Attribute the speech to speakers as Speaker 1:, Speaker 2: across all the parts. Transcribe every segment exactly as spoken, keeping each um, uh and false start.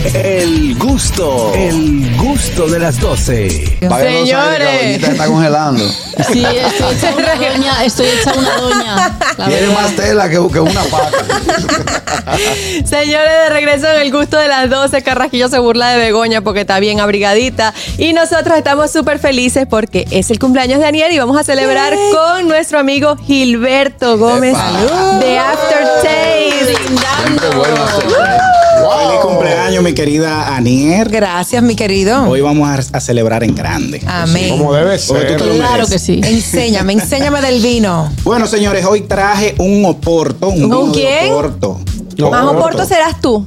Speaker 1: El gusto, el gusto de las doce.
Speaker 2: Señores,
Speaker 3: la está congelando.
Speaker 4: Sí, estoy hecha una doña, estoy hecha una doña.
Speaker 3: Tiene más tela que, que una pata.
Speaker 2: señores, de regreso en el gusto de las doce, Carrasquillo se burla de Begoña porque está bien abrigadita y nosotros estamos súper felices porque es el cumpleaños de Aniel y vamos a celebrar ¡Yay! Con nuestro amigo Gilberto Gómez ¡Salud! De Aftertaste.
Speaker 4: Brindando.
Speaker 5: Wow. Feliz cumpleaños, mi querida Anier.
Speaker 6: Gracias, mi querido.
Speaker 5: Hoy vamos a, a celebrar en grande.
Speaker 6: Amén.
Speaker 7: Como debe ser.
Speaker 4: Claro que sí.
Speaker 6: Enséñame, enséñame del vino.
Speaker 5: Bueno, señores, hoy traje un Oporto. Un
Speaker 2: ¿Con
Speaker 5: vino
Speaker 2: quién?
Speaker 5: de Oporto.
Speaker 7: No,
Speaker 2: Más Oporto serás tú.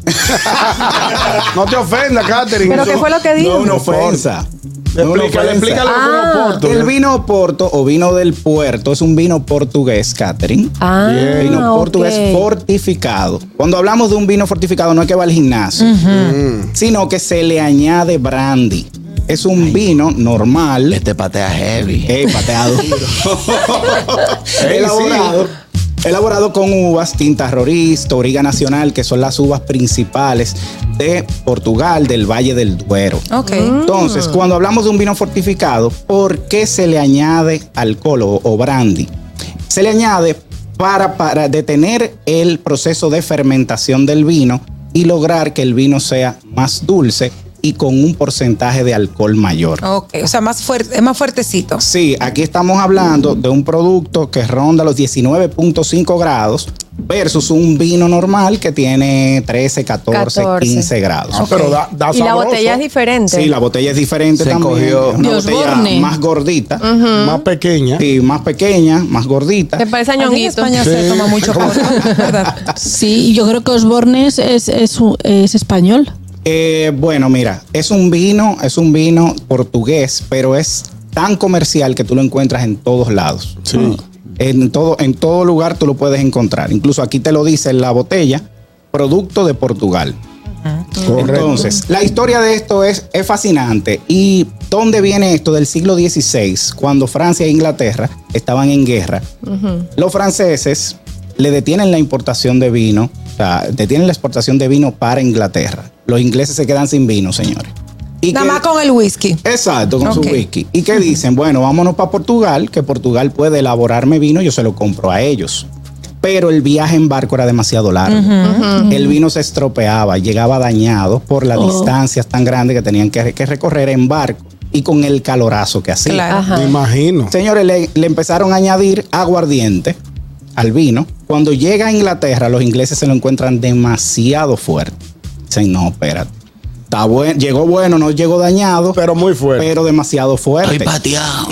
Speaker 7: No te ofendas, Catherine.
Speaker 2: ¿Pero qué fue lo que dijo?
Speaker 5: No una ofensa. No una
Speaker 7: Explícale,
Speaker 5: ofensa.
Speaker 7: explícale
Speaker 2: Ah.
Speaker 7: lo que es Oporto.
Speaker 5: El vino Oporto o vino del puerto es un vino portugués, Catherine.
Speaker 2: Ah,
Speaker 7: Bien.
Speaker 5: Vino
Speaker 2: ok.
Speaker 5: portugués fortificado. Cuando hablamos de un vino fortificado no es que va al gimnasio,
Speaker 7: Mm.
Speaker 5: sino que se le añade brandy. Es un vino normal.
Speaker 3: Este patea heavy.
Speaker 5: Eh, pateado.
Speaker 7: Ey,
Speaker 5: elaborado, elaborado con uvas, tinta Roriz, Touriga Nacional, que son las uvas principales de Portugal, del Valle del Duero.
Speaker 6: Ok.
Speaker 5: Entonces, cuando hablamos de un vino fortificado, ¿por qué se le añade alcohol o, o brandy? Se le añade para, para detener el proceso de fermentación del vino y lograr que el vino sea más dulce y con un porcentaje de alcohol mayor.
Speaker 6: Ok, o sea, más fuerte, es más fuertecito.
Speaker 5: Sí, aquí estamos hablando de un producto que ronda los diecinueve punto cinco grados versus un vino normal que tiene trece, catorce,
Speaker 2: catorce.
Speaker 5: quince grados.
Speaker 7: Ah, pero da, da
Speaker 2: Y la
Speaker 7: sabroso.
Speaker 2: botella es diferente.
Speaker 5: Sí, la botella es diferente
Speaker 3: Se
Speaker 5: también.
Speaker 3: cogió.
Speaker 5: Es una
Speaker 4: Dios
Speaker 5: botella
Speaker 4: Borne.
Speaker 5: más gordita.
Speaker 7: Más pequeña.
Speaker 5: Sí, más pequeña, más gordita.
Speaker 2: Te parece
Speaker 6: Aquí en
Speaker 2: ñonguito.
Speaker 6: España se
Speaker 7: Sí.
Speaker 6: toma mucho porto, ¿verdad?
Speaker 4: Sí, yo creo que Osborne es, es, es, es español.
Speaker 5: Eh, bueno, mira, es un vino, es un vino portugués, pero es tan comercial que tú lo encuentras en todos lados.
Speaker 7: Sí.
Speaker 5: En todo, en todo lugar tú lo puedes encontrar. Incluso aquí te lo dice en la botella, producto de Portugal.
Speaker 7: Correcto.
Speaker 5: Entonces, la historia de esto es, es fascinante. ¿Y dónde viene esto? Del siglo dieciséis, cuando Francia e Inglaterra estaban en guerra. Los franceses le detienen la importación de vino, o sea, detienen la exportación de vino para Inglaterra. Los ingleses se quedan sin vino, señores. ¿Y
Speaker 6: Nada
Speaker 5: qué-
Speaker 6: más con el whisky.
Speaker 5: Exacto, con
Speaker 6: Ok.
Speaker 5: su whisky. ¿Y qué dicen? Bueno, vámonos para Portugal, que Portugal puede elaborarme vino, yo se lo compro a ellos. Pero el viaje en barco era demasiado largo. El vino se estropeaba, llegaba dañado por las
Speaker 4: Oh.
Speaker 5: distancias tan grandes que tenían que, que recorrer en barco y con el calorazo que hacía.
Speaker 6: Claro.
Speaker 2: Ajá.
Speaker 7: Me imagino.
Speaker 5: Señores, le, le empezaron a añadir aguardiente al vino. Cuando llega a Inglaterra, los ingleses se lo encuentran demasiado fuerte. Dicen, no, espérate. Está bueno, llegó bueno, no llegó dañado,
Speaker 7: Pero muy fuerte.
Speaker 5: pero demasiado fuerte.
Speaker 3: Estoy pateado.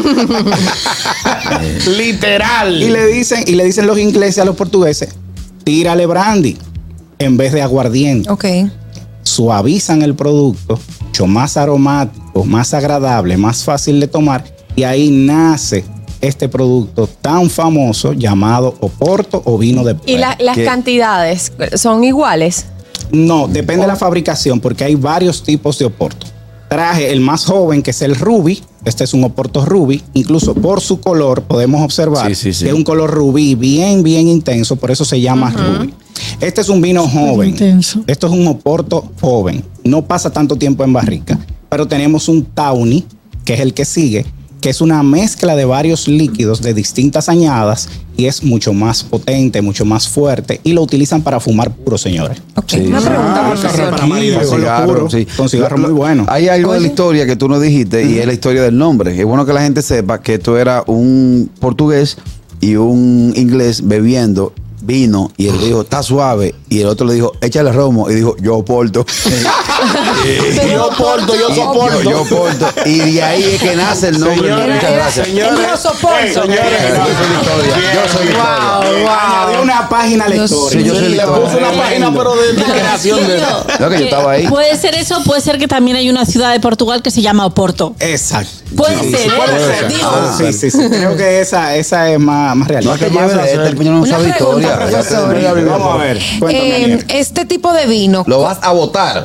Speaker 7: Literal.
Speaker 5: Y le dicen, y le dicen los ingleses a los portugueses, tírale brandy en vez de aguardiente.
Speaker 6: Ok.
Speaker 5: Suavizan el producto, mucho más aromático, más agradable, más fácil de tomar, y ahí nace este producto tan famoso llamado Oporto o vino de
Speaker 2: ¿Y la-
Speaker 5: puerto.
Speaker 2: las
Speaker 3: ¿Qué?
Speaker 2: cantidades son iguales?
Speaker 5: No, depende de la fabricación, porque hay varios tipos de Oporto. Traje el más joven, que es el Ruby. Este es un Oporto Ruby. Incluso por su color podemos observar
Speaker 3: Sí, sí, sí.
Speaker 5: que es un color rubí bien, bien intenso. Por eso se llama Ruby. Este es un vino joven.
Speaker 4: intenso.
Speaker 5: Esto es un Oporto joven. No pasa tanto tiempo en barrica. Pero tenemos un Tawny, que es el que sigue, que es una mezcla de varios líquidos de distintas añadas y es mucho más potente, mucho más fuerte y lo utilizan para fumar puro, señores.
Speaker 6: Ok.
Speaker 3: Sí.
Speaker 6: Una pregunta,
Speaker 7: Ah,
Speaker 6: profesor.
Speaker 5: para maridar con lo puro, con cigarro muy bueno.
Speaker 3: Hay algo de la
Speaker 6: Oye.
Speaker 3: historia que tú nos dijiste y es la historia del nombre. Es bueno que la gente sepa que esto era un portugués y un inglés bebiendo vino y él dijo, está suave. Y el otro le dijo, échale romo. Y dijo, yo porto.
Speaker 7: Yo porto, yo soporto.
Speaker 3: Yo, yo porto. Y de ahí es que nace el nombre.
Speaker 7: Señores,
Speaker 3: Muchas gracias.
Speaker 7: señores.
Speaker 6: Yo soporto.
Speaker 7: Ey, señores,
Speaker 3: Yo soy la historia. Yo soy la historia.
Speaker 5: Añadió una página a la
Speaker 6: Yo
Speaker 5: historia.
Speaker 3: Sí, yo soy
Speaker 7: Le
Speaker 3: la
Speaker 7: puso una página, pero de, de creación de.
Speaker 3: No, que yo estaba ahí.
Speaker 4: Puede ser eso, puede ser que también hay una ciudad de Portugal que se llama Oporto.
Speaker 5: Exacto.
Speaker 4: Puede
Speaker 5: Sí,
Speaker 4: ser,
Speaker 5: sí,
Speaker 4: ¿eh?
Speaker 5: puede ser.
Speaker 4: Digo.
Speaker 5: Ah, sí, sí, sí. Creo que esa, esa es más, más real.
Speaker 3: No es que
Speaker 7: ¿Qué más
Speaker 3: lleve de
Speaker 7: hacer?
Speaker 3: este, el peñón no
Speaker 6: Una
Speaker 3: sabe
Speaker 6: pregunta,
Speaker 3: historia.
Speaker 6: profesor.
Speaker 5: Vamos a ver. Cuéntame,
Speaker 6: Eh,
Speaker 5: Aniel.
Speaker 6: este tipo de vino,
Speaker 3: Lo vas a votar.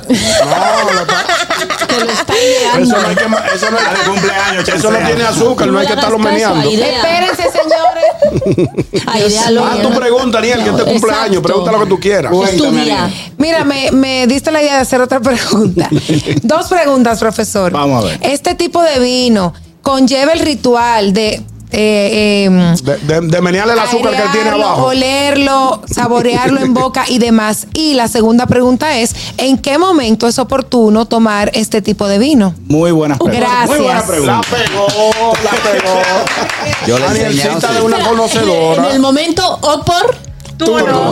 Speaker 7: No, lo está-
Speaker 4: Te lo está
Speaker 7: eso
Speaker 4: ideando.
Speaker 7: no hay que. ma- Eso no,
Speaker 5: de cumpleaños,
Speaker 7: eso no tiene azúcar, no hay que estarlo meneando.
Speaker 6: Espérense, señores.
Speaker 4: Airéalo.
Speaker 7: Ah, tu pregunta, Daniel, que este
Speaker 4: Exacto.
Speaker 7: cumpleaños. Pregunta lo que tú quieras.
Speaker 4: Estudia.
Speaker 6: Mira, me, me diste la idea de hacer otra pregunta. Dos preguntas, profesor.
Speaker 5: Vamos a ver.
Speaker 6: Este tipo de vino conlleva el ritual de eh, eh,
Speaker 7: De, de, de menearle el azúcar que él tiene
Speaker 6: airearlo,
Speaker 7: abajo.
Speaker 6: olerlo, saborearlo en boca y demás. Y la segunda pregunta es, ¿en qué momento es oportuno tomar este tipo de vino?
Speaker 5: Muy buenas preguntas.
Speaker 6: Gracias.
Speaker 5: Muy buena
Speaker 7: La
Speaker 5: pregunta.
Speaker 7: pegó, la pegó.
Speaker 3: Yo le he
Speaker 7: Danielcita
Speaker 3: enseñado,
Speaker 7: de
Speaker 3: sí.
Speaker 7: una
Speaker 4: En
Speaker 7: conocedora.
Speaker 4: el momento, o por.
Speaker 2: Tú no.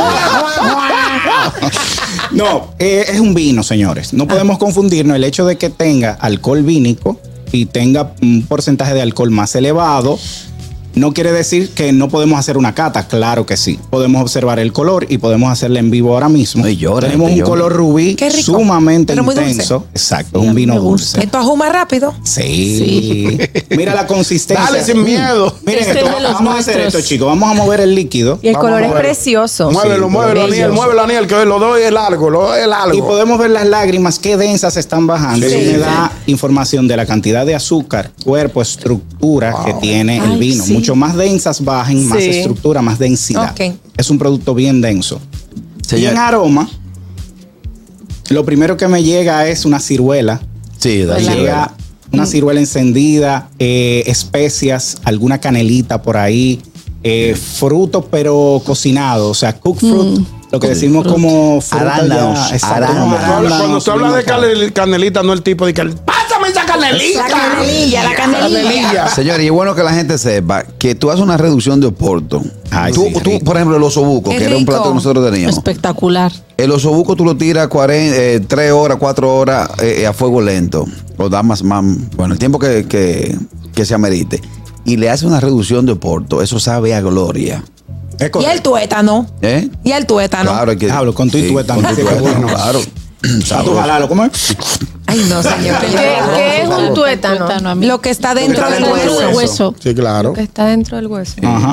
Speaker 5: No, eh, es un vino, señores. No podemos confundirnos. El hecho de que tenga alcohol vínico y tenga un porcentaje de alcohol más elevado no quiere decir que no podemos hacer una cata. Claro que sí. Podemos observar el color y podemos hacerla en vivo ahora mismo.
Speaker 3: Ay, llora,
Speaker 5: Tenemos
Speaker 3: te
Speaker 5: un
Speaker 3: llora.
Speaker 5: color rubí
Speaker 6: Qué rico,
Speaker 5: sumamente
Speaker 6: pero muy dulce.
Speaker 5: intenso. Exacto,
Speaker 4: Sí,
Speaker 5: un
Speaker 4: a mí
Speaker 5: vino
Speaker 4: me gusta.
Speaker 5: dulce.
Speaker 6: Esto ajuma rápido.
Speaker 5: Sí. Mira la consistencia.
Speaker 7: Dale sin miedo.
Speaker 5: Miren
Speaker 4: Este
Speaker 5: esto,
Speaker 4: es de los
Speaker 5: vamos a hacer
Speaker 4: nuestros.
Speaker 5: esto, chicos. Vamos a mover el líquido.
Speaker 2: Y el
Speaker 7: Vamos
Speaker 2: color
Speaker 7: a
Speaker 2: es
Speaker 7: ver.
Speaker 2: precioso.
Speaker 7: Muévelo,
Speaker 5: Sí,
Speaker 7: muévelo,
Speaker 5: bello.
Speaker 7: Daniel, muévelo, Daniel, que lo doy es largo, lo doy es largo.
Speaker 5: Y podemos ver las lágrimas, qué densas están bajando.
Speaker 7: Sí.
Speaker 5: Eso me da información de la cantidad de azúcar, cuerpo, estructura que tiene el
Speaker 4: Ay,
Speaker 5: vino.
Speaker 4: sí.
Speaker 5: Mucho más densas bajen, más
Speaker 2: Sí.
Speaker 5: estructura, más densidad.
Speaker 6: Ok.
Speaker 5: Es un producto bien denso.
Speaker 3: Señor.
Speaker 5: Y en aroma, lo primero que me llega es una ciruela.
Speaker 3: Sí,
Speaker 5: Me
Speaker 3: Daniel.
Speaker 5: llega una ciruela encendida, eh, especias, alguna canelita por ahí, eh, fruto pero cocinado, o sea, cooked fruit, lo que decimos como fruta
Speaker 3: Arándanos,
Speaker 5: ya, exacto,
Speaker 3: arándanos.
Speaker 5: como
Speaker 7: Cuando tú hablas-
Speaker 5: arándanos,
Speaker 7: Cuando tú hablas de
Speaker 5: bien marcado.
Speaker 7: canel- canelita, no el tipo de que pásame esa canelita.
Speaker 6: La canelilla, la canelilla.
Speaker 3: Señores, y es bueno que la gente sepa que tú haces una reducción de oporto.
Speaker 5: Ay,
Speaker 3: tú,
Speaker 5: sí,
Speaker 3: tú,
Speaker 5: rico.
Speaker 3: por ejemplo, el osobuco,
Speaker 6: Qué
Speaker 3: que era un
Speaker 6: rico.
Speaker 3: plato que nosotros teníamos.
Speaker 4: Espectacular.
Speaker 3: El osobuco tú lo tiras cuarenta, eh, tres horas, cuatro horas eh, a fuego lento. O da más, más, bueno, el tiempo que, que, que se amerite. Y le hace una reducción de oporto. Eso sabe a gloria.
Speaker 5: Es
Speaker 6: Y
Speaker 5: correcto.
Speaker 6: el tuétano.
Speaker 3: ¿Eh?
Speaker 6: Y el tuétano.
Speaker 3: Claro, hay que.
Speaker 5: Diablo, con tu y tuétano.
Speaker 3: con tu y
Speaker 5: Sí, qué
Speaker 3: tuétano,
Speaker 5: bueno.
Speaker 3: claro.
Speaker 5: Ah, tú jalalo, ¿cómo es?
Speaker 6: Ay, no, señor.
Speaker 2: ¿Qué, qué es un tuétano?
Speaker 4: a mí.
Speaker 6: Lo que está dentro
Speaker 5: Lo que
Speaker 6: del
Speaker 5: está dentro
Speaker 6: hueso.
Speaker 5: del
Speaker 4: hueso.
Speaker 7: Sí, claro.
Speaker 2: Que está dentro del hueso.
Speaker 5: Ajá.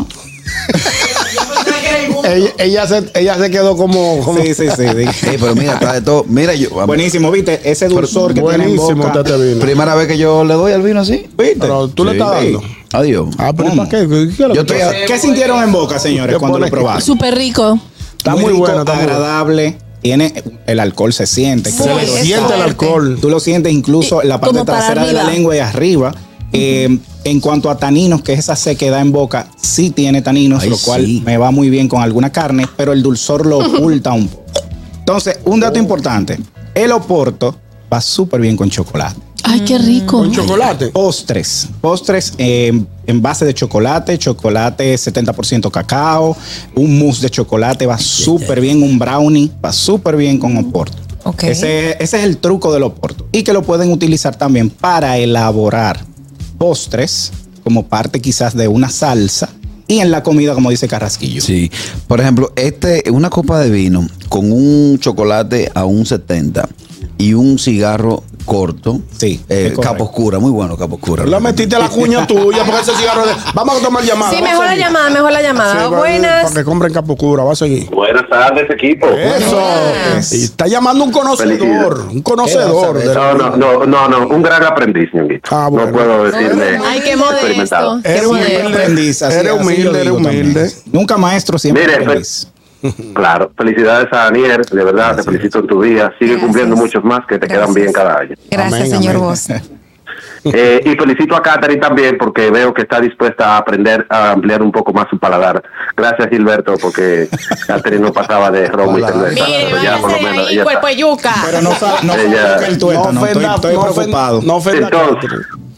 Speaker 7: Ella, ella, se, ella se quedó como. como
Speaker 5: Sí, sí, sí. sí.
Speaker 3: Sí, pero mira, está de todo. Mira, yo.
Speaker 5: Buenísimo, ¿viste? Ese dulzor que tiene en
Speaker 7: buenísimo
Speaker 5: boca.
Speaker 7: está este vino.
Speaker 3: Primera vez que yo le doy al vino así.
Speaker 5: ¿Viste?
Speaker 7: Pero tú le
Speaker 3: Sí.
Speaker 7: estás dando.
Speaker 3: Adiós.
Speaker 7: Ah, pero
Speaker 5: ¿Cómo?
Speaker 7: ¿para qué? ¿Qué, qué es lo
Speaker 3: Yo
Speaker 7: que
Speaker 3: estoy
Speaker 7: tú-
Speaker 3: a-
Speaker 5: ¿Qué sintieron en boca, señores,
Speaker 7: ¿Qué
Speaker 5: cuando lo
Speaker 7: pone?
Speaker 5: probaron?
Speaker 4: Súper rico.
Speaker 7: Está
Speaker 5: muy
Speaker 7: muy
Speaker 5: rico,
Speaker 7: bueno, está muy bueno.
Speaker 5: agradable. Tiene el alcohol, se siente.
Speaker 6: Se
Speaker 7: Se
Speaker 5: claro.
Speaker 7: le
Speaker 6: es
Speaker 7: siente el
Speaker 6: fuerte.
Speaker 7: alcohol.
Speaker 5: Tú lo sientes incluso en la parte
Speaker 4: como para
Speaker 5: trasera de la
Speaker 4: arriba.
Speaker 5: lengua y arriba. Eh, en cuanto a taninos, que es esa sequedad en boca, sí tiene taninos,
Speaker 3: Ay,
Speaker 5: lo cual
Speaker 3: sí.
Speaker 5: me va muy bien con alguna carne, pero el dulzor lo oculta un poco. Entonces, un dato importante: el oporto va súper bien con chocolate.
Speaker 4: Ay, qué rico.
Speaker 7: Con chocolate.
Speaker 5: Postres, postres eh, en base de chocolate, chocolate setenta por ciento cacao, un mousse de chocolate va súper bien, un brownie va súper bien con oporto.
Speaker 6: Ok.
Speaker 5: Ese, ese es el truco del oporto. Y que lo pueden utilizar también para elaborar postres como parte quizás de una salsa y en la comida, como dice Carrasquillo.
Speaker 3: Sí. Por ejemplo, este, una copa de vino con un chocolate a un setenta y un cigarro corto.
Speaker 5: Sí,
Speaker 3: Eh,
Speaker 5: es correcto.
Speaker 3: Capo Oscura, muy bueno, Capo Oscura.
Speaker 7: Le metiste la cuña tuya porque ese cigarro de. Vamos a tomar llamada.
Speaker 2: Sí,
Speaker 7: vamos
Speaker 2: mejor
Speaker 7: a
Speaker 2: la
Speaker 7: seguir.
Speaker 2: llamada, mejor la
Speaker 7: Sí,
Speaker 2: llamada.
Speaker 7: para-
Speaker 2: Buenas.
Speaker 7: Para que compren Capucura, va a seguir.
Speaker 8: Buenas tardes, equipo.
Speaker 7: Eso. Y está llamando un conocedor.
Speaker 8: Felicidades.
Speaker 7: Un conocedor.
Speaker 5: ¿Qué
Speaker 7: de
Speaker 8: No, no, no, no, no, un gran aprendiz, ñonguito.
Speaker 7: Ah, bueno.
Speaker 8: No puedo decirle.
Speaker 2: Ay, qué
Speaker 8: experimentado.
Speaker 2: modesto.
Speaker 7: Eres
Speaker 2: Qué
Speaker 7: humilde.
Speaker 2: modesto.
Speaker 5: Aprendiz, así-
Speaker 7: Eres
Speaker 5: así
Speaker 7: humilde,
Speaker 5: yo
Speaker 7: eres
Speaker 5: digo también.
Speaker 7: humilde.
Speaker 5: Nunca maestro, siempre
Speaker 8: Mire,
Speaker 5: aprendiz.
Speaker 8: Claro, felicidades a Daniel, de verdad, te felicito en tu día. Sigue
Speaker 6: Gracias.
Speaker 8: cumpliendo muchos más que te quedan
Speaker 6: Gracias.
Speaker 8: bien cada año.
Speaker 6: Gracias,
Speaker 7: Amén,
Speaker 6: señor
Speaker 7: amén.
Speaker 6: Vos.
Speaker 8: Eh, y felicito a Katherine también porque veo que está dispuesta a aprender a ampliar un poco más su paladar. Gracias, Gilberto, porque Katherine no pasaba de romo y cerveza.
Speaker 2: Mire,
Speaker 8: Pero ya por lo
Speaker 2: váyase
Speaker 8: menos
Speaker 2: ahí,
Speaker 8: ella
Speaker 2: cuerpo
Speaker 8: está.
Speaker 2: de yuca.
Speaker 5: Pero no, sa- no
Speaker 8: Ella-
Speaker 5: fabrica el tuétano,
Speaker 7: No
Speaker 5: estoy,
Speaker 7: ofenda-
Speaker 5: estoy
Speaker 7: no ofenda-
Speaker 5: preocupado.
Speaker 7: No ofenda a
Speaker 8: Entonces,
Speaker 7: Catherine.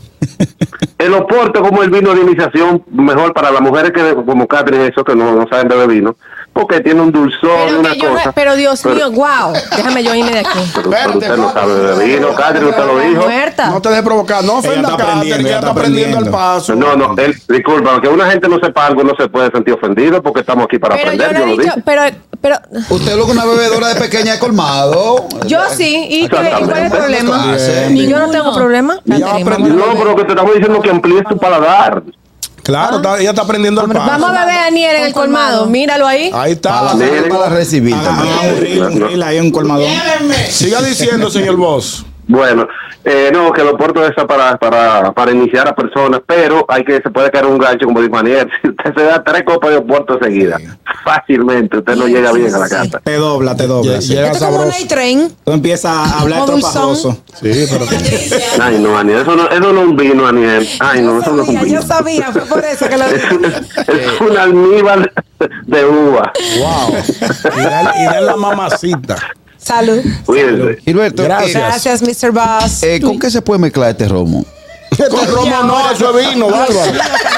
Speaker 8: El Oporto como el vino de iniciación, mejor para las mujeres que como Catherine, eso que no, no saben beber vino, porque tiene un dulzor,
Speaker 2: Pero,
Speaker 8: una
Speaker 2: que yo no-
Speaker 8: cosa.
Speaker 2: pero Dios
Speaker 8: Pero-
Speaker 2: mío, wow. Déjame yo irme de aquí.
Speaker 8: Pero, pero usted no sabe beber vino, Catherine, usted lo dijo.
Speaker 2: Muerta.
Speaker 7: No te dejes provocar. No
Speaker 5: Ella
Speaker 7: ofenda
Speaker 5: está
Speaker 7: a Catherine,
Speaker 5: aprendiendo,
Speaker 7: que
Speaker 5: ella
Speaker 7: ella está
Speaker 5: está
Speaker 7: aprendiendo el
Speaker 5: aprendiendo.
Speaker 7: paso.
Speaker 8: No, no, él, disculpa, que una gente no sepa algo no se puede sentir ofendido porque estamos aquí para
Speaker 2: Pero yo
Speaker 8: aprender,
Speaker 2: no
Speaker 8: yo
Speaker 2: he
Speaker 8: lo
Speaker 2: dicho,
Speaker 8: dije.
Speaker 2: pero, pero
Speaker 3: Usted lo que una bebedora de pequeña de colmado.
Speaker 2: yo sí. ¿Y qué- cuál es el
Speaker 8: Exactamente.
Speaker 2: problema?
Speaker 3: Bien.
Speaker 2: Yo no tengo problema.
Speaker 7: Ya
Speaker 6: Catherine,
Speaker 7: aprendí.
Speaker 8: No, pero que te estamos diciendo que amplíes tu paladar.
Speaker 7: Claro, está- ella está aprendiendo el paso.
Speaker 2: Vamos a beber a Aniel en el colmado. Míralo ahí.
Speaker 7: Ahí está.
Speaker 3: Para,
Speaker 8: Miren.
Speaker 3: para recibir también.
Speaker 5: Ah, un reel, un reel ahí, un colmadón.
Speaker 7: Siga diciendo, señor Boss.
Speaker 8: Bueno, eh, no, que lo porto está para, para, para iniciar a personas, pero hay que, se puede caer un gancho, como dijo Aniel. Si usted se da tres copas de oporto seguidas, fácilmente usted no llega bien a la casa.
Speaker 5: Te dobla, te dobla.
Speaker 7: Lle-
Speaker 5: sí.
Speaker 7: llega
Speaker 6: Esto es como un
Speaker 7: sabroso.
Speaker 6: night train.
Speaker 5: Tú empiezas a hablar
Speaker 6: Como dulzón.
Speaker 5: tropajoso.
Speaker 7: Sí, pero.
Speaker 8: Ay, no, Aniel, eso no, eso no es un vino, Aniel. Ay, no, eso no es un
Speaker 6: Sabía,
Speaker 8: vino.
Speaker 6: yo sabía, fue por eso que lo
Speaker 8: Es un, es un almíbar de uva.
Speaker 7: Wow. Y dale, y dale la mamacita.
Speaker 6: Salud.
Speaker 8: Cuídense.
Speaker 3: Gilberto,
Speaker 7: Gracias.
Speaker 3: eh,
Speaker 6: Gracias, mister Boss.
Speaker 3: eh, ¿con qué se puede mezclar este romo?
Speaker 7: Con romo no, eso es vino, bárbaro.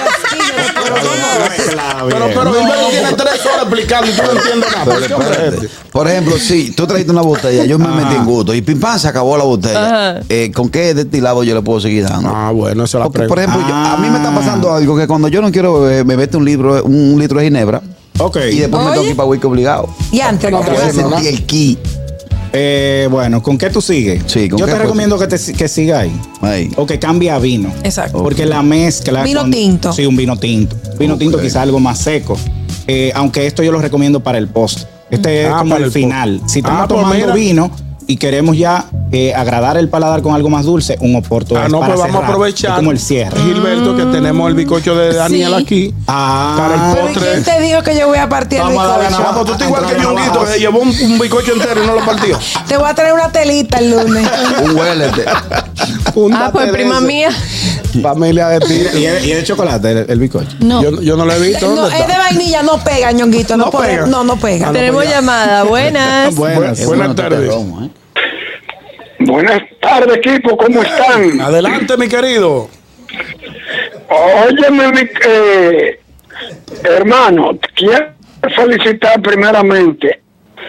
Speaker 7: Pero, pero Gilberto tiene tres horas explicando y tú no entiendes nada. ¿Por qué hombre es este?
Speaker 3: Por ejemplo, si tú trajiste una botella, yo me metí en gusto y pim pam se acabó la botella.
Speaker 2: Ajá.
Speaker 3: Eh, ¿Con qué destilado yo le puedo seguir dando?
Speaker 7: Ah, bueno, esa es la
Speaker 3: Porque, por
Speaker 7: pregunta.
Speaker 3: ejemplo, yo- a mí me está pasando algo que cuando yo no quiero beber, me mete un libro, un litro de ginebra
Speaker 5: Ok.
Speaker 3: y después me tengo que ir para whisky obligado.
Speaker 6: Y antes,
Speaker 7: No,
Speaker 3: Yo
Speaker 7: pero eso no,
Speaker 3: sentí el ki.
Speaker 5: Eh, bueno, ¿con qué tú sigues?
Speaker 3: Sí, ¿con
Speaker 5: Yo
Speaker 3: qué
Speaker 5: te
Speaker 3: pues?
Speaker 5: recomiendo que, te, que siga ahí.
Speaker 3: Ahí.
Speaker 5: O que cambie a vino.
Speaker 6: Exacto.
Speaker 5: Porque la mezcla.
Speaker 6: Vino tinto.
Speaker 5: Sí, un vino tinto. Vino tinto
Speaker 3: Ok.
Speaker 5: quizá algo más seco. Eh, aunque esto yo lo recomiendo para el postre. Este es
Speaker 7: Ah,
Speaker 5: como
Speaker 7: para
Speaker 5: el
Speaker 7: el
Speaker 5: final.
Speaker 7: postre.
Speaker 5: Si estamos
Speaker 7: Ah, pues
Speaker 5: tomando
Speaker 7: mira.
Speaker 5: vino y queremos ya eh, agradar el paladar con algo más dulce, un oporto
Speaker 7: Ah,
Speaker 5: es
Speaker 7: no,
Speaker 5: para
Speaker 7: pues vamos a
Speaker 5: cerrar.
Speaker 7: aprovechar.
Speaker 5: Es como el cierre.
Speaker 7: Gilberto, que tenemos el bizcocho de Daniel
Speaker 4: Sí.
Speaker 7: aquí.
Speaker 5: Ah.
Speaker 7: Para el
Speaker 6: Pero ¿y quién
Speaker 7: postre.
Speaker 6: te dijo que yo voy a partir el
Speaker 5: Vamos a darle
Speaker 6: bizcocho?
Speaker 5: nada.
Speaker 7: Ah, pues tú estás igual que
Speaker 5: Entrando
Speaker 7: Ñonguito,
Speaker 5: abajo.
Speaker 7: que se llevó un, un bizcocho entero y no lo partió.
Speaker 6: Te voy a traer una telita el lunes.
Speaker 3: Un huélete.
Speaker 2: Ah, pues prima mía.
Speaker 7: Familia de ti.
Speaker 5: Y es, y es de chocolate el, el bizcocho.
Speaker 4: No.
Speaker 7: Yo, yo no lo he visto.
Speaker 6: No,
Speaker 7: ¿Dónde
Speaker 6: es de
Speaker 7: está?
Speaker 6: vainilla, no pega, ñonguito. No,
Speaker 7: No
Speaker 6: puede-
Speaker 7: pega.
Speaker 6: no, no pega.
Speaker 7: Ah, no.
Speaker 2: Tenemos
Speaker 7: pues ya.
Speaker 2: llamada. Buenas.
Speaker 5: Buenas.
Speaker 3: Es
Speaker 7: Buenas
Speaker 3: bueno este
Speaker 7: tardes.
Speaker 3: romo, ¿eh?
Speaker 9: Buenas tardes, equipo, ¿cómo están?
Speaker 7: Adelante, mi querido.
Speaker 9: Óyeme, mi, eh, hermano, quiero felicitar primeramente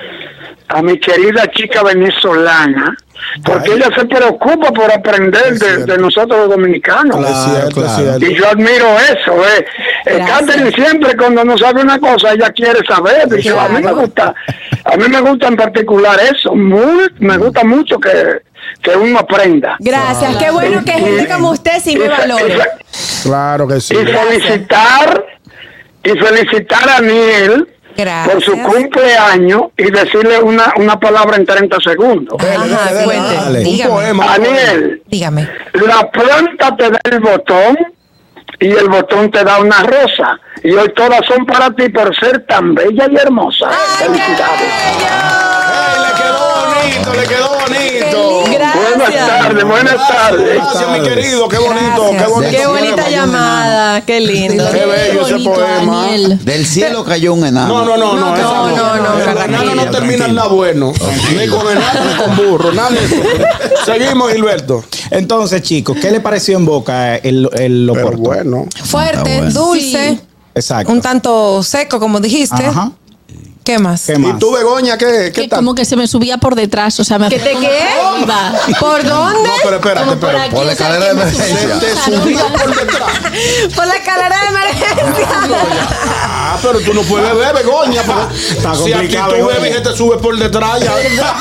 Speaker 9: a mi querida chica venezolana, porque
Speaker 7: Ay.
Speaker 9: ella se preocupa por aprender
Speaker 7: Es
Speaker 9: de,
Speaker 7: cierto.
Speaker 9: de nosotros los dominicanos.
Speaker 5: Claro,
Speaker 7: es cierto,
Speaker 5: claro.
Speaker 7: es cierto.
Speaker 9: Y yo admiro eso, eh. Eh,
Speaker 2: Gracias.
Speaker 9: Catherine siempre cuando no sabe una cosa, ella quiere saber. Y yo, a mí me gusta, a mí me gusta en particular eso. Muy, me gusta mucho que, que uno aprenda.
Speaker 2: Gracias. Qué bueno que gente como usted sí me
Speaker 9: Y fe- y
Speaker 2: valore.
Speaker 9: fe-
Speaker 7: Claro que sí.
Speaker 9: y felicitar y felicitar a Aniel
Speaker 6: Gracias.
Speaker 9: por su cumpleaños y decirle una, una palabra en treinta segundos.
Speaker 2: Ajá, cuente.
Speaker 5: dale.
Speaker 7: Un
Speaker 6: Dígame.
Speaker 7: poema. un poema.
Speaker 9: Aniel,
Speaker 6: Dígame.
Speaker 9: la planta te da el botón y el botón te da una rosa. Y hoy todas son para ti por ser tan bella y hermosa. Felicidades.
Speaker 7: ¡Ey, le quedó bonito, le quedó bonito!
Speaker 9: Buenas
Speaker 2: Gracias.
Speaker 9: tardes, buenas tardes.
Speaker 7: Gracias, mi querido. Qué bonito,
Speaker 6: Gracias.
Speaker 7: qué bonito.
Speaker 2: Qué
Speaker 7: poema,
Speaker 2: bonita
Speaker 7: Junior.
Speaker 2: llamada. Qué lindo.
Speaker 7: Qué bello ese
Speaker 4: bonito,
Speaker 7: poema.
Speaker 4: Daniel.
Speaker 3: Del cielo cayó un enano.
Speaker 7: No, no, no, no.
Speaker 2: No,
Speaker 7: esa
Speaker 2: no, no, no,
Speaker 7: El
Speaker 2: Carraquillo.
Speaker 7: enano no termina en nada bueno. Ni con enano ni con burro. Nada de eso. Seguimos, Gilberto.
Speaker 5: Entonces, chicos, ¿qué le pareció en boca el, el
Speaker 7: Pero
Speaker 5: oporto?
Speaker 7: bueno.
Speaker 6: Fuerte,
Speaker 3: Ah, bueno.
Speaker 6: dulce,
Speaker 5: Exacto.
Speaker 6: un tanto seco, como dijiste.
Speaker 5: Ajá.
Speaker 6: ¿Qué más?
Speaker 5: ¿Qué
Speaker 7: ¿Y
Speaker 5: más?
Speaker 7: tú, Begoña, qué, qué
Speaker 4: Que
Speaker 7: tal?
Speaker 4: como que se me subía por detrás, o sea, me
Speaker 2: ¿Qué te
Speaker 4: como
Speaker 2: qué?
Speaker 4: por arriba.
Speaker 2: ¿Por dónde?
Speaker 7: No, pero espérate,
Speaker 4: Como por
Speaker 7: espérate.
Speaker 4: aquí,
Speaker 3: por la
Speaker 4: o sea,
Speaker 3: escalera
Speaker 4: que
Speaker 3: de
Speaker 4: me subía.
Speaker 3: emergencia.
Speaker 7: Te
Speaker 4: O sea, no,
Speaker 7: subía
Speaker 4: no.
Speaker 7: por detrás.
Speaker 2: Por la escalera de emergencia.
Speaker 7: Ah, pero tú no puedes beber, Begoña. Porque
Speaker 5: Está
Speaker 7: si aquí
Speaker 5: complicado,
Speaker 7: tú
Speaker 5: Begoña.
Speaker 7: bebes y te subes por detrás. Ya.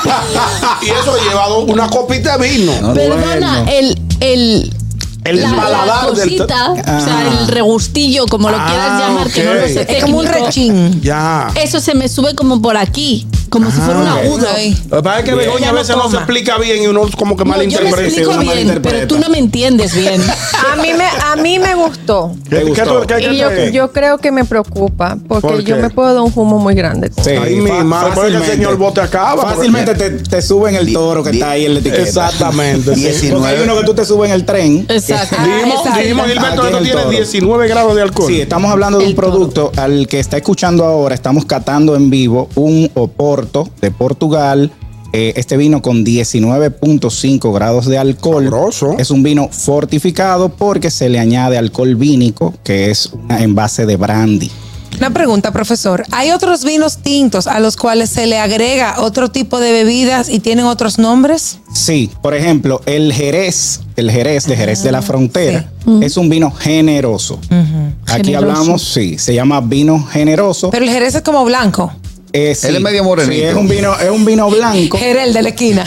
Speaker 7: Y eso lleva do- una copita de vino.
Speaker 4: Perdona, el, el,
Speaker 7: El
Speaker 4: la, la
Speaker 7: paladar del.
Speaker 4: cosita, o sea,
Speaker 5: Ah.
Speaker 4: el regustillo, como lo
Speaker 7: Ah,
Speaker 4: quieras llamar, que no lo
Speaker 7: ok.
Speaker 4: sé
Speaker 6: Es como un
Speaker 4: técnico.
Speaker 6: rechín.
Speaker 7: Ya.
Speaker 4: Eso se me sube como por aquí, como si fuera un
Speaker 7: Ah, ok.
Speaker 4: agudo.
Speaker 6: Ay.
Speaker 7: Lo que pasa es que Begoña
Speaker 6: Ya
Speaker 7: a
Speaker 6: no
Speaker 7: veces no se
Speaker 6: toma.
Speaker 7: explica bien y uno como que
Speaker 4: No, yo me
Speaker 7: malinterpreta.
Speaker 4: explico
Speaker 5: uno
Speaker 4: bien,
Speaker 5: malinterpreta.
Speaker 4: pero tú no me entiendes bien.
Speaker 2: A mí me, a mí me gustó.
Speaker 7: ¿Qué,
Speaker 5: ¿Te
Speaker 7: qué
Speaker 5: gustó?
Speaker 7: tú- qué- qué
Speaker 2: Y yo,
Speaker 7: te-
Speaker 2: yo creo que me preocupa porque
Speaker 7: ¿Por
Speaker 2: yo
Speaker 7: qué?
Speaker 2: me puedo dar un humo muy grande. con-
Speaker 5: Sí,
Speaker 7: Ay, mi
Speaker 5: fa-
Speaker 7: madre, por eso el señor Bote acaba,
Speaker 5: Fácilmente te, te suben el toro que
Speaker 3: Di-
Speaker 5: está ahí en la etiqueta.
Speaker 7: Exactamente. sí.
Speaker 3: Diecinueve.
Speaker 5: Porque hay uno que tú te subes en el tren.
Speaker 4: Exacto.
Speaker 7: Dijimos,
Speaker 6: Exacto.
Speaker 7: dijimos, Gilberto,
Speaker 5: Aquí
Speaker 7: que
Speaker 5: el
Speaker 7: tú tienes
Speaker 5: toro.
Speaker 7: diecinueve grados de alcohol.
Speaker 5: Sí, estamos hablando de un
Speaker 4: El toro.
Speaker 5: producto al que está escuchando ahora. Estamos catando en vivo un Oporto de Portugal. Eh, este vino con diecinueve punto cinco grados de alcohol.
Speaker 7: Sabroso.
Speaker 5: Es un vino fortificado porque se le añade alcohol vínico, que es una envase de brandy.
Speaker 6: Una pregunta, profesor. ¿Hay otros vinos tintos a los cuales se le agrega otro tipo de bebidas y tienen otros nombres?
Speaker 5: Sí, por ejemplo, el Jerez, el Jerez de Jerez de la Frontera, es un vino generoso. Aquí
Speaker 4: Generoso.
Speaker 5: hablamos, sí, se llama vino generoso.
Speaker 6: Pero el jerez es como blanco.
Speaker 5: Eh, sí.
Speaker 3: Él es medio morenito.
Speaker 5: Sí, es un vino, es un vino blanco.
Speaker 6: Jerez de la esquina.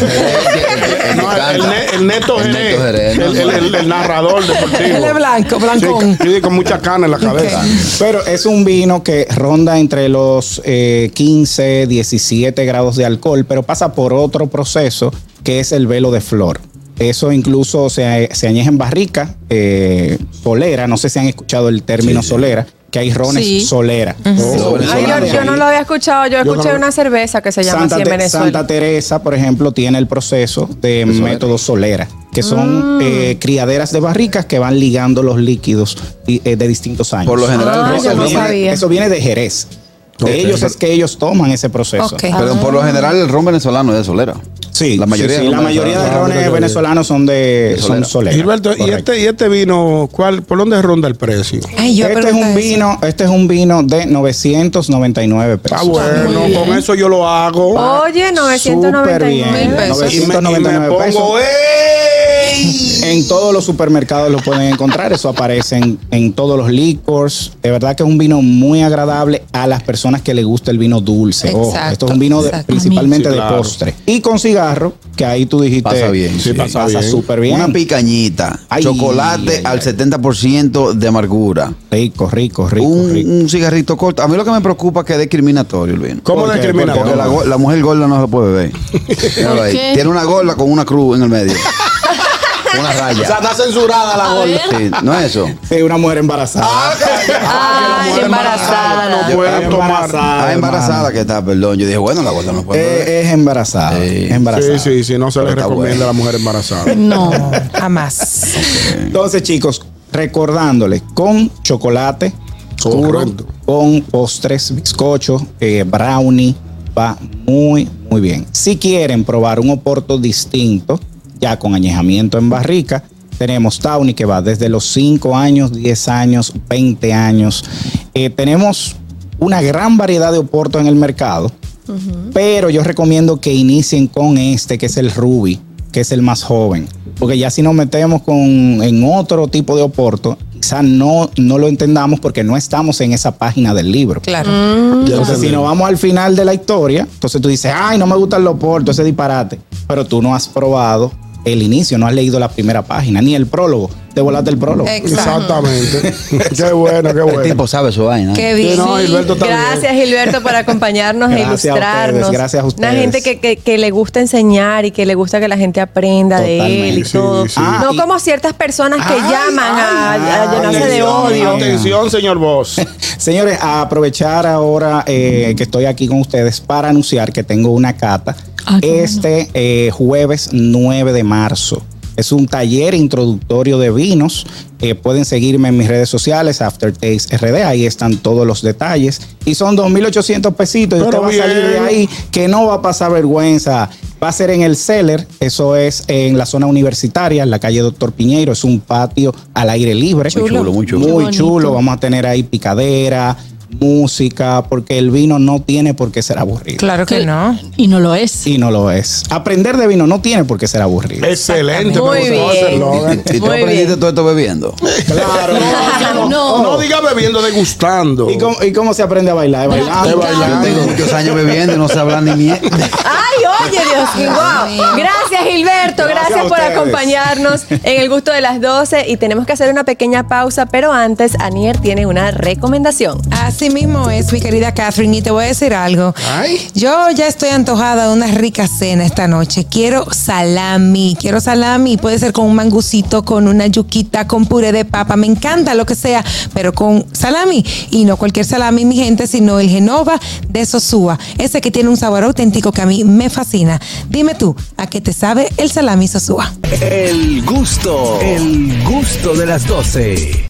Speaker 7: No, el, el, ne- el Neto
Speaker 3: El
Speaker 7: Jerez,
Speaker 3: Neto Jerez,
Speaker 7: el, el, el- el narrador deportivo.
Speaker 6: Él es blanco,
Speaker 7: Sí,
Speaker 6: blancón.
Speaker 7: sí, con mucha cana en la cabeza.
Speaker 5: Pero es un vino que ronda entre los eh, quince, diecisiete grados de alcohol, pero pasa por otro proceso que es el velo de flor. Eso incluso se, se añeja en barrica, eh, solera. No sé si han escuchado el término solera, que hay rones
Speaker 4: Sí.
Speaker 5: solera.
Speaker 3: Oh,
Speaker 2: Ay, yo, yo no lo había escuchado. Yo escuché
Speaker 7: no lo-
Speaker 2: una cerveza que se llama
Speaker 5: Santa,
Speaker 2: así en
Speaker 5: Te-
Speaker 2: Venezuela.
Speaker 5: Santa Teresa, por ejemplo, tiene el proceso de método solera, que son eh, criaderas de barricas que van ligando los líquidos y, eh, de distintos años.
Speaker 3: Por lo general,
Speaker 2: Ah,
Speaker 3: el
Speaker 2: yo
Speaker 3: ron-
Speaker 2: no
Speaker 5: viene-
Speaker 2: sabía.
Speaker 5: eso viene de Jerez. De
Speaker 7: Ok.
Speaker 5: ellos es que ellos toman ese proceso.
Speaker 6: Ok.
Speaker 3: Pero por lo general el ron venezolano es de solera.
Speaker 5: Sí,
Speaker 3: La mayoría
Speaker 5: sí,
Speaker 3: de
Speaker 5: sí, la
Speaker 3: ron
Speaker 5: mayoría de
Speaker 3: venezolano.
Speaker 5: rones venezolanos son de son
Speaker 3: solera.
Speaker 5: solera.
Speaker 7: Gilberto, ¿y
Speaker 5: Correcto.
Speaker 7: este, ¿y este vino, cuál, por dónde ronda el precio?
Speaker 6: Ay, yo
Speaker 5: Este es
Speaker 6: pregunté
Speaker 5: un
Speaker 6: eso.
Speaker 5: vino, este es un vino de novecientos noventa y nueve pesos.
Speaker 7: Ah, bueno, con eso yo lo hago.
Speaker 2: Oye, novecientos noventa
Speaker 5: Súper
Speaker 2: y
Speaker 5: bien.
Speaker 2: nueve.
Speaker 6: Mil pesos.
Speaker 7: y, me, y me
Speaker 5: novecientos noventa y nueve pesos.
Speaker 7: pongo, ¡ey!
Speaker 5: En todos los supermercados lo pueden encontrar. Eso aparece en, en todos los licors. De verdad que es un vino muy agradable a las personas que les gusta el vino dulce. Ojo,
Speaker 6: Exacto,
Speaker 5: esto es un vino de-
Speaker 6: exacto.
Speaker 5: principalmente
Speaker 7: Sí,
Speaker 5: de
Speaker 7: claro.
Speaker 5: postre. Y con cigarro, que ahí tú dijiste.
Speaker 3: Pasa bien,
Speaker 7: sí, pasa bien.
Speaker 5: súper bien.
Speaker 3: Una picañita,
Speaker 5: Ay,
Speaker 3: chocolate
Speaker 5: ay,
Speaker 3: al
Speaker 5: ay.
Speaker 3: setenta por ciento de amargura.
Speaker 5: Rico, rico, rico,
Speaker 3: Un,
Speaker 5: rico.
Speaker 3: un cigarrito corto. A mí lo que me preocupa es que es discriminatorio el vino.
Speaker 7: ¿Cómo
Speaker 5: ¿Por qué?
Speaker 7: discriminatorio?
Speaker 3: Porque la, go- la mujer gorda no se puede ver. Míralo ahí.
Speaker 4: qué?
Speaker 3: Tiene una gorda con una cruz en el medio. Una
Speaker 7: O sea,
Speaker 3: raya.
Speaker 7: está censurada la
Speaker 4: A
Speaker 7: gorda.
Speaker 4: ver.
Speaker 3: Sí, no es eso.
Speaker 5: Sí, una mujer embarazada.
Speaker 2: Ay, embarazada.
Speaker 7: No puede tomar.
Speaker 5: Embarazada,
Speaker 3: Ah, embarazada
Speaker 5: hermano.
Speaker 3: que está, perdón. Yo dije, bueno, la gorda no puede ver.
Speaker 5: Eh, es embarazada.
Speaker 3: Sí.
Speaker 5: Es embarazada.
Speaker 7: Sí, sí, sí, no se le
Speaker 3: Pero está
Speaker 7: recomienda
Speaker 3: bueno.
Speaker 7: a la mujer embarazada.
Speaker 4: No.
Speaker 6: Jamás.
Speaker 5: Entonces, chicos, recordándoles, con chocolate oscuro,
Speaker 7: Correcto.
Speaker 5: con postres, bizcocho, eh, brownie, va muy, muy bien. Si quieren probar un oporto distinto, ya con añejamiento en barrica, tenemos Tawny, que va desde los cinco años, diez años, veinte años. Eh, tenemos una gran variedad de oportos en el mercado, pero yo recomiendo que inicien con este, que es el Ruby, que es el más joven. Porque ya si nos metemos con, en otro tipo de oporto, quizás no, no lo entendamos porque no estamos en esa página del libro.
Speaker 6: Claro.
Speaker 5: Entonces, si nos vamos al final de la historia, entonces tú dices, ay, no me gustan los oportos, ese disparate. Pero tú no has probado el inicio, no has leído la primera página, ni el prólogo. Te volaste el prólogo.
Speaker 6: Exacto.
Speaker 7: Exactamente. Qué bueno, qué
Speaker 3: El
Speaker 7: bueno.
Speaker 3: tipo sabe su vaina.
Speaker 6: Qué
Speaker 7: Sí,
Speaker 6: bien.
Speaker 7: no, Gilberto está bien.
Speaker 2: Gracias, Gilberto, por acompañarnos e
Speaker 5: Gracias a
Speaker 2: ilustrarnos.
Speaker 5: ustedes, gracias a ustedes.
Speaker 2: Una gente que, que, que le gusta enseñar y que le gusta que la gente aprenda de él y
Speaker 5: Totalmente,
Speaker 7: sí,
Speaker 2: todo.
Speaker 7: sí.
Speaker 5: Ah,
Speaker 2: no
Speaker 5: y-
Speaker 2: como ciertas personas que
Speaker 5: Ay,
Speaker 2: llaman a,
Speaker 5: ay,
Speaker 2: a llenarse de
Speaker 7: Atención,
Speaker 2: odio.
Speaker 7: Atención, señor Boss.
Speaker 5: Señores, a aprovechar ahora eh, que estoy aquí con ustedes para anunciar que tengo una cata
Speaker 4: Ah, qué
Speaker 5: este eh, jueves nueve de marzo. Es un taller introductorio de vinos. Eh, pueden seguirme en mis redes sociales, Aftertaste R D. Ahí están todos los detalles. Y son dos mil ochocientos pesitos. Y
Speaker 7: Pero
Speaker 5: usted va a salir de
Speaker 7: bien.
Speaker 5: ahí que no va a pasar vergüenza. Va a ser en el Cellar. Eso es en la zona universitaria, en la calle Doctor Piñeiro. Es un patio al aire libre.
Speaker 3: Muy chulo, muy chulo.
Speaker 5: Muy
Speaker 4: Qué bonito.
Speaker 5: chulo. Vamos a tener ahí picadera, música, porque el vino no tiene por qué ser aburrido.
Speaker 6: Claro que no.
Speaker 4: Y no lo es.
Speaker 5: Y no lo es. Aprender de vino no tiene por qué ser aburrido.
Speaker 7: Excelente.
Speaker 2: Muy
Speaker 7: me gustó
Speaker 2: bien.
Speaker 7: ese eslogan.
Speaker 3: ¿Y tú
Speaker 2: Muy
Speaker 3: aprendiste
Speaker 2: bien.
Speaker 3: todo esto bebiendo?
Speaker 5: Claro.
Speaker 7: No,
Speaker 4: No.
Speaker 7: no diga bebiendo, degustando.
Speaker 5: ¿Y cómo, ¿Y cómo se aprende a bailar? Bailando.
Speaker 7: De
Speaker 3: Yo
Speaker 7: bailando.
Speaker 3: tengo muchos años bebiendo y no sé hablar ni mierda.
Speaker 2: Ay, oye, Dios mío. Wow. Gracias, Gilberto.
Speaker 5: Gracias
Speaker 2: Gracias,
Speaker 5: a
Speaker 2: por
Speaker 5: ustedes.
Speaker 2: acompañarnos en el gusto de las doce. Y tenemos que hacer una pequeña pausa, pero antes, Anier tiene una recomendación.
Speaker 6: Así mismo es, mi querida Catherine, y te voy a decir algo.
Speaker 7: Ay.
Speaker 6: Yo ya estoy antojada de una rica cena esta noche. Quiero salami, quiero salami. Puede ser con un mangucito, con una yuquita, con puré de papa. Me encanta lo que sea, pero con salami. Y no cualquier salami, mi gente, sino el Genova de Sosúa. Ese que tiene un sabor auténtico que a mí me fascina. Dime tú, ¿a qué te sabe el salami Sosúa?
Speaker 1: El gusto, el gusto de las doce.